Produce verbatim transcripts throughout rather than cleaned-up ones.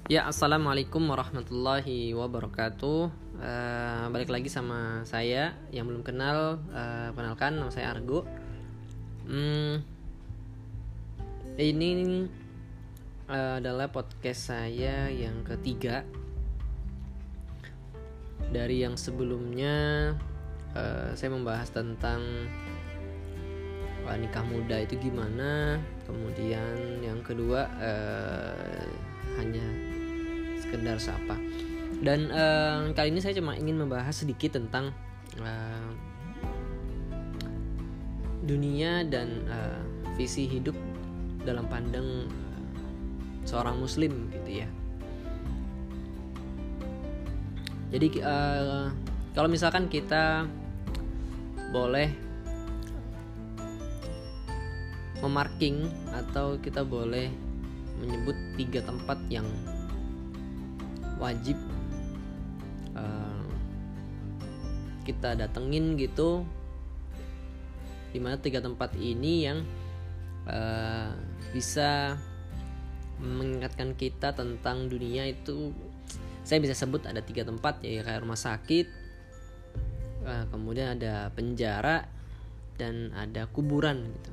Ya, assalamualaikum warahmatullahi wabarakatuh. Uh, balik lagi sama saya yang belum kenal. Uh, kenalkan, nama saya Argo. Hmm, ini uh, adalah podcast saya yang ketiga. Dari yang sebelumnya uh, saya membahas tentang uh, nikah muda itu gimana. Kemudian yang kedua uh, hanya sekedar sapa. Dan uh, kali ini saya cuma ingin membahas sedikit tentang uh, dunia dan uh, visi hidup dalam pandang uh, seorang muslim gitu ya. Jadi uh, kalau misalkan kita boleh memarking atau kita boleh menyebut tiga tempat yang wajib uh, kita datengin gitu, dimana tiga tempat ini yang uh, bisa mengingatkan kita tentang dunia itu. Saya bisa sebut ada tiga tempat, ya kayak rumah sakit, uh, kemudian ada penjara, dan ada kuburan gitu.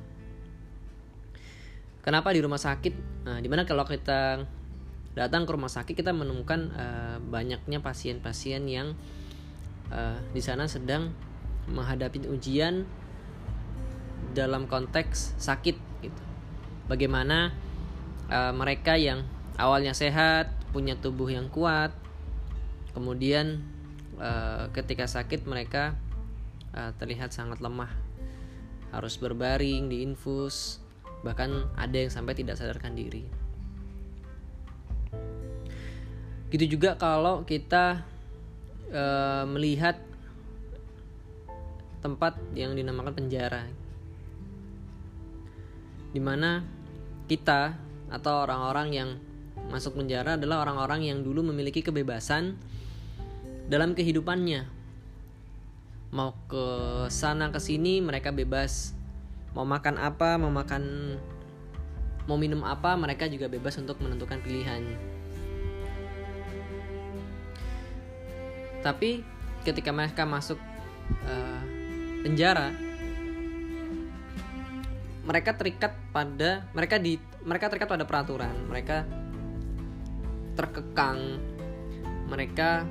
Kenapa di rumah sakit? Nah, dimana kalau kita datang ke rumah sakit kita menemukan uh, banyaknya pasien-pasien yang uh, di sana sedang menghadapi ujian dalam konteks sakit gitu. Bagaimana uh, mereka yang awalnya sehat, punya tubuh yang kuat, kemudian uh, ketika sakit mereka uh, terlihat sangat lemah, harus berbaring, diinfus, bahkan ada yang sampai tidak sadarkan diri. Gitu juga kalau kita e, melihat tempat yang dinamakan penjara, dimana kita atau orang-orang yang masuk penjara adalah orang-orang yang dulu memiliki kebebasan dalam kehidupannya. Mau ke sana ke sini mereka bebas, mau makan apa, mau makan, mau minum apa, mereka juga bebas untuk menentukan pilihan. Tapi ketika mereka masuk uh, penjara, mereka terikat pada mereka di mereka terikat pada peraturan, mereka terkekang, mereka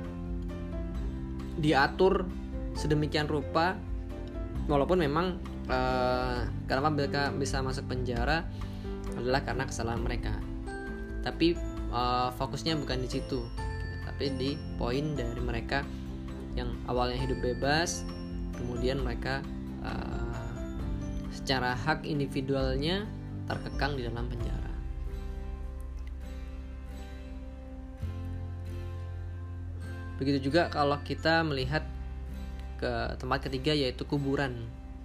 diatur sedemikian rupa. Walaupun memang uh, kenapa mereka bisa masuk penjara adalah karena kesalahan mereka, tapi uh, fokusnya bukan di situ, tapi di poin dari mereka yang awalnya hidup bebas, kemudian mereka uh, secara hak individualnya terkekang di dalam penjara. Begitu juga kalau kita melihat ke tempat ketiga, yaitu kuburan.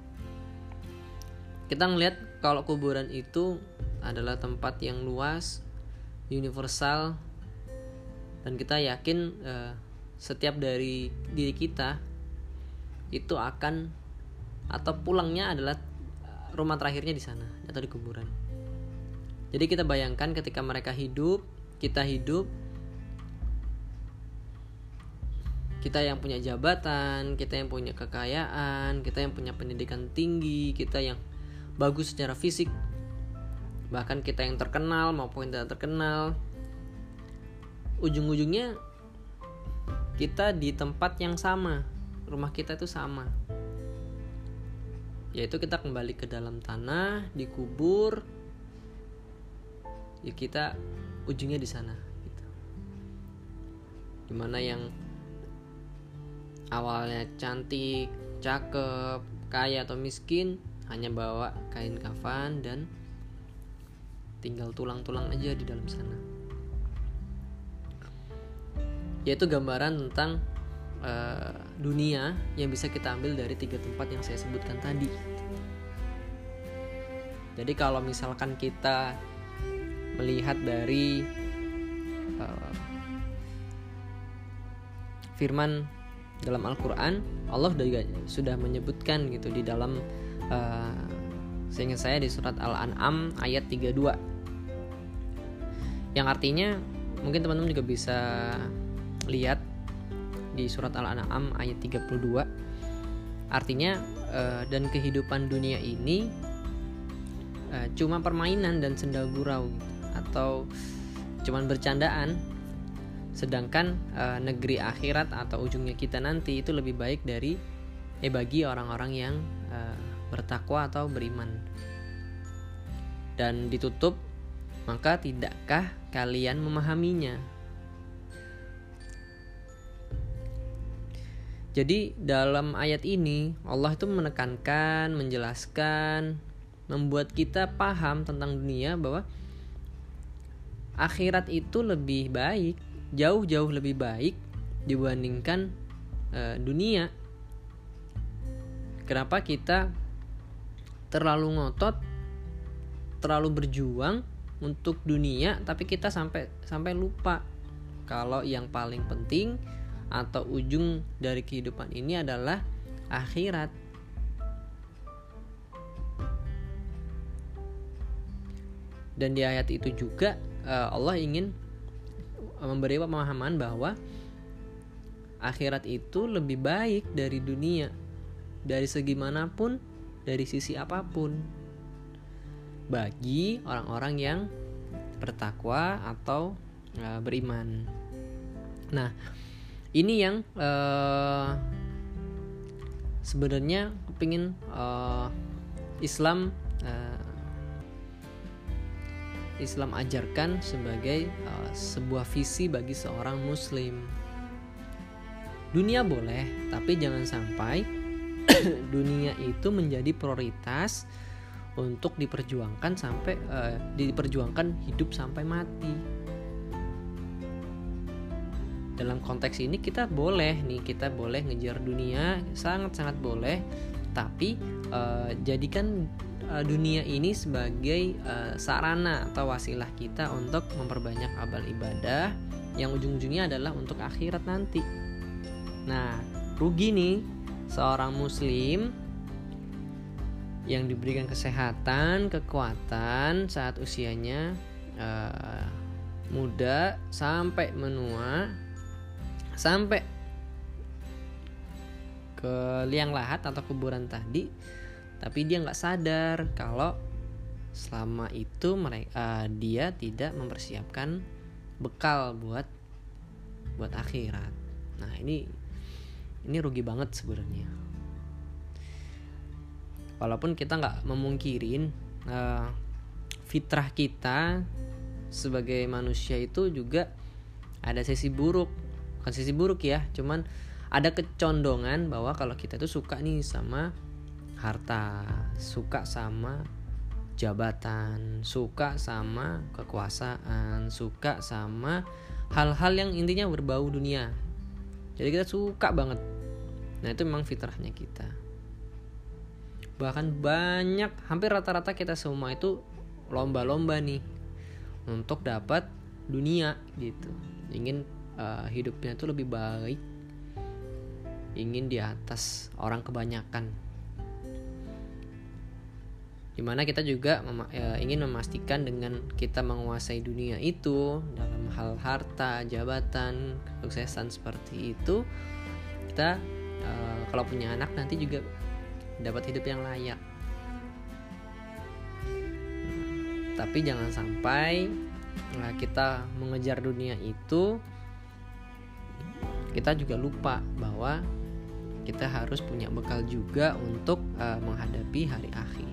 Kita melihat kalau kuburan itu adalah tempat yang luas, universal, dan kita yakin uh, setiap dari diri kita itu akan atau pulangnya adalah rumah terakhirnya di sana atau di kuburan. Jadi kita bayangkan ketika mereka hidup, kita hidup, kita yang punya jabatan, kita yang punya kekayaan, kita yang punya pendidikan tinggi, kita yang bagus secara fisik, bahkan kita yang terkenal maupun tidak terkenal, ujung-ujungnya kita di tempat yang sama, rumah kita itu sama, yaitu kita kembali ke dalam tanah, dikubur, ya kita ujungnya di sana gitu. Dimana yang awalnya cantik, cakep, kaya atau miskin hanya bawa kain kafan dan tinggal tulang-tulang aja di dalam sana. Yaitu gambaran tentang uh, dunia yang bisa kita ambil dari tiga tempat yang saya sebutkan tadi. Jadi kalau misalkan kita melihat dari uh, firman dalam Al-Quran, Allah juga sudah menyebutkan gitu di dalam uh, seingat saya di surat Al-An'am ayat tiga puluh dua, yang artinya mungkin teman-teman juga bisa lihat di surat Al-An'am ayat tiga puluh dua. Artinya uh, dan kehidupan dunia ini uh, cuma permainan dan senda gurau gitu, atau cuman bercandaan, sedangkan uh, negeri akhirat atau ujungnya kita nanti itu lebih baik dari eh bagi orang-orang yang uh, bertakwa atau beriman. Dan ditutup, maka tidakkah kalian memahaminya? Jadi dalam ayat ini Allah itu menekankan, menjelaskan, membuat kita paham tentang dunia bahwa akhirat itu lebih baik, jauh-jauh lebih baik dibandingkan e, dunia. Kenapa kita terlalu ngotot, terlalu berjuang untuk dunia, tapi kita sampai sampai lupa kalau yang paling penting atau ujung dari kehidupan ini adalah akhirat. Dan di ayat itu juga Allah ingin memberi pemahaman bahwa akhirat itu lebih baik dari dunia, dari segi manapun, dari sisi apapun, bagi orang-orang yang bertakwa atau beriman. Nah, ini yang uh, sebenarnya kepingin uh, Islam uh, Islam ajarkan sebagai uh, sebuah visi bagi seorang muslim. Dunia boleh, tapi jangan sampai dunia itu menjadi prioritas untuk diperjuangkan sampai uh, diperjuangkan hidup sampai mati. Dalam konteks ini kita boleh nih, kita boleh ngejar dunia, sangat-sangat boleh, tapi uh, jadikan uh, dunia ini sebagai uh, sarana atau wasilah kita untuk memperbanyak amal ibadah yang ujung-ujungnya adalah untuk akhirat nanti. Nah, rugi nih seorang muslim yang diberikan kesehatan, kekuatan saat usianya uh, muda sampai menua, sampai ke liang lahat atau kuburan tadi, tapi dia nggak sadar kalau selama itu mereka uh, dia tidak mempersiapkan bekal buat buat akhirat. Nah, ini ini rugi banget sebenarnya. Walaupun kita nggak memungkirin uh, fitrah kita sebagai manusia itu juga ada sisi buruk. Bukan sisi buruk ya, cuman ada kecondongan bahwa kalau kita tuh suka nih sama harta, suka sama jabatan, suka sama kekuasaan, suka sama hal-hal yang intinya berbau dunia. Jadi kita suka banget. Nah, itu memang fitrahnya kita. Bahkan banyak, hampir rata-rata kita semua itu lomba-lomba nih untuk dapat dunia gitu. Ingin Uh, hidupnya itu lebih baik, ingin di atas orang kebanyakan. Dimana kita juga mema- uh, ingin memastikan dengan kita menguasai dunia itu dalam hal harta, jabatan, kesuksesan seperti itu, kita uh, kalau punya anak nanti juga dapat hidup yang layak. Tapi jangan sampai uh, kita mengejar dunia itu kita juga lupa bahwa kita harus punya bekal juga untuk uh, menghadapi hari akhir.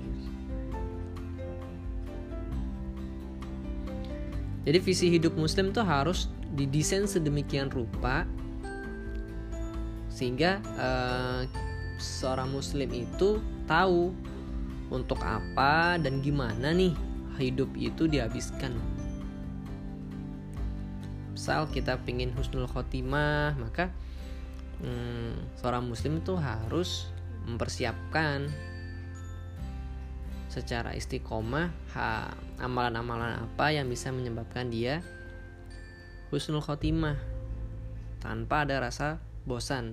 Jadi visi hidup muslim tuh harus didesain sedemikian rupa sehingga uh, seorang muslim itu tahu untuk apa dan gimana nih hidup itu dihabiskan. Misal kita pingin husnul khotimah, maka hmm, seorang muslim itu harus mempersiapkan secara istiqomah ha, amalan-amalan apa yang bisa menyebabkan dia husnul khotimah tanpa ada rasa bosan.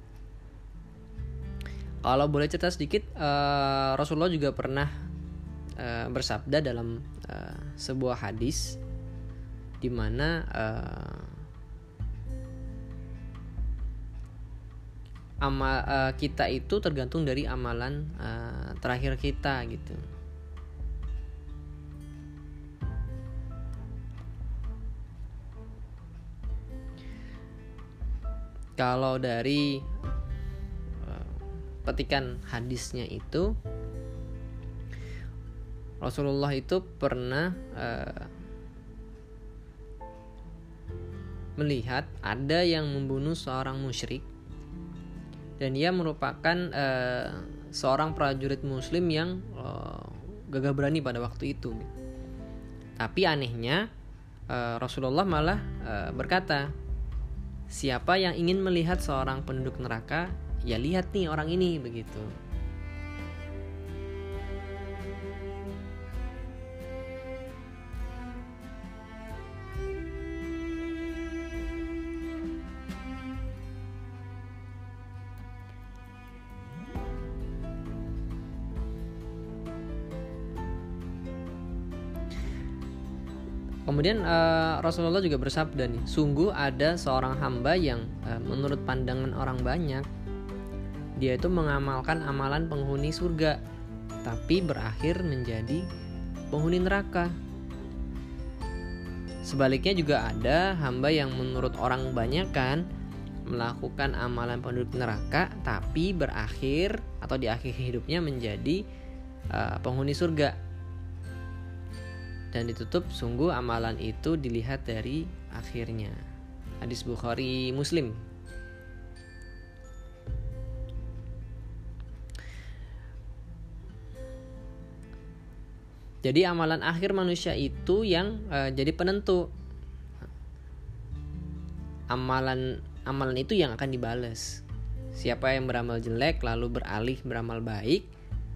Kalau boleh cerita sedikit, uh, Rasulullah juga pernah uh, bersabda dalam uh, sebuah hadis di mana uh, amal uh, kita itu tergantung dari amalan uh, terakhir kita gitu. Kalau dari uh, petikan hadisnya itu, Rasulullah itu pernah uh, melihat ada yang membunuh seorang musyrik, dan dia merupakan uh, seorang prajurit muslim yang uh, gagah berani pada waktu itu. Tapi anehnya uh, Rasulullah malah uh, berkata, siapa yang ingin melihat seorang penduduk neraka, ya lihat nih orang ini, begitu. Kemudian uh, Rasulullah juga bersabda nih, sungguh ada seorang hamba yang uh, menurut pandangan orang banyak, dia itu mengamalkan amalan penghuni surga, tapi berakhir menjadi penghuni neraka. Sebaliknya juga ada hamba yang menurut orang banyak kan melakukan amalan penduduk neraka, tapi berakhir atau di akhir hidupnya menjadi uh, penghuni surga. Dan ditutup, sungguh amalan itu dilihat dari akhirnya. Hadis Bukhari Muslim. Jadi amalan akhir manusia itu yang uh, jadi penentu. Amalan amalan itu yang akan dibalas. Siapa yang beramal jelek lalu beralih beramal baik,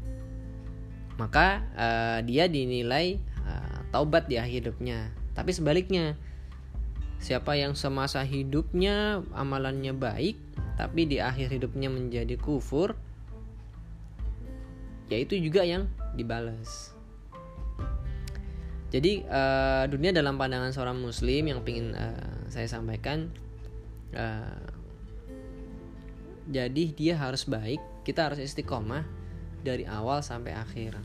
maka uh, dia dinilai taubat di akhir hidupnya. Tapi sebaliknya, siapa yang semasa hidupnya amalannya baik tapi di akhir hidupnya menjadi kufur, yaitu juga yang dibalas. Jadi uh, dunia dalam pandangan seorang muslim yang ingin uh, saya sampaikan, uh, jadi dia harus baik, kita harus istiqomah dari awal sampai akhir.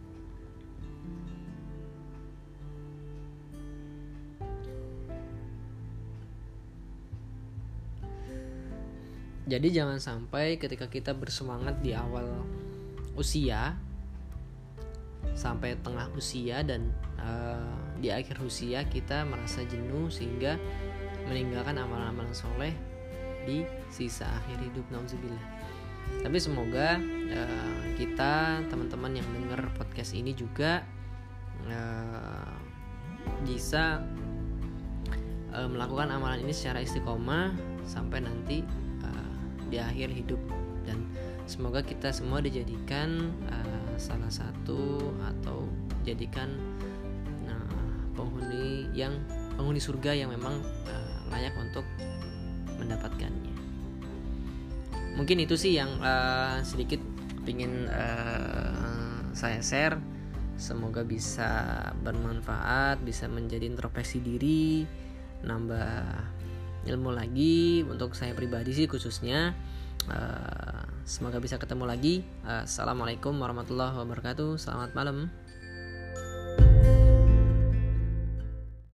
Jadi jangan sampai ketika kita bersemangat di awal usia sampai tengah usia dan uh, di akhir usia kita merasa jenuh sehingga meninggalkan amalan-amalan soleh di sisa akhir hidup, nauzubillah. Tapi semoga uh, kita, teman-teman yang dengar podcast ini juga uh, bisa uh, melakukan amalan ini secara istiqomah sampai nanti di akhir hidup, dan semoga kita semua dijadikan uh, salah satu atau jadikan uh, penghuni yang penghuni surga yang memang uh, layak untuk mendapatkannya. Mungkin itu sih yang uh, sedikit ingin uh, saya share. Semoga bisa bermanfaat, bisa menjadi introspeksi diri, nambah ilmu lagi untuk saya pribadi sih khususnya. Uh, semoga bisa ketemu lagi. uh, Assalamualaikum warahmatullahi wabarakatuh. Selamat malam.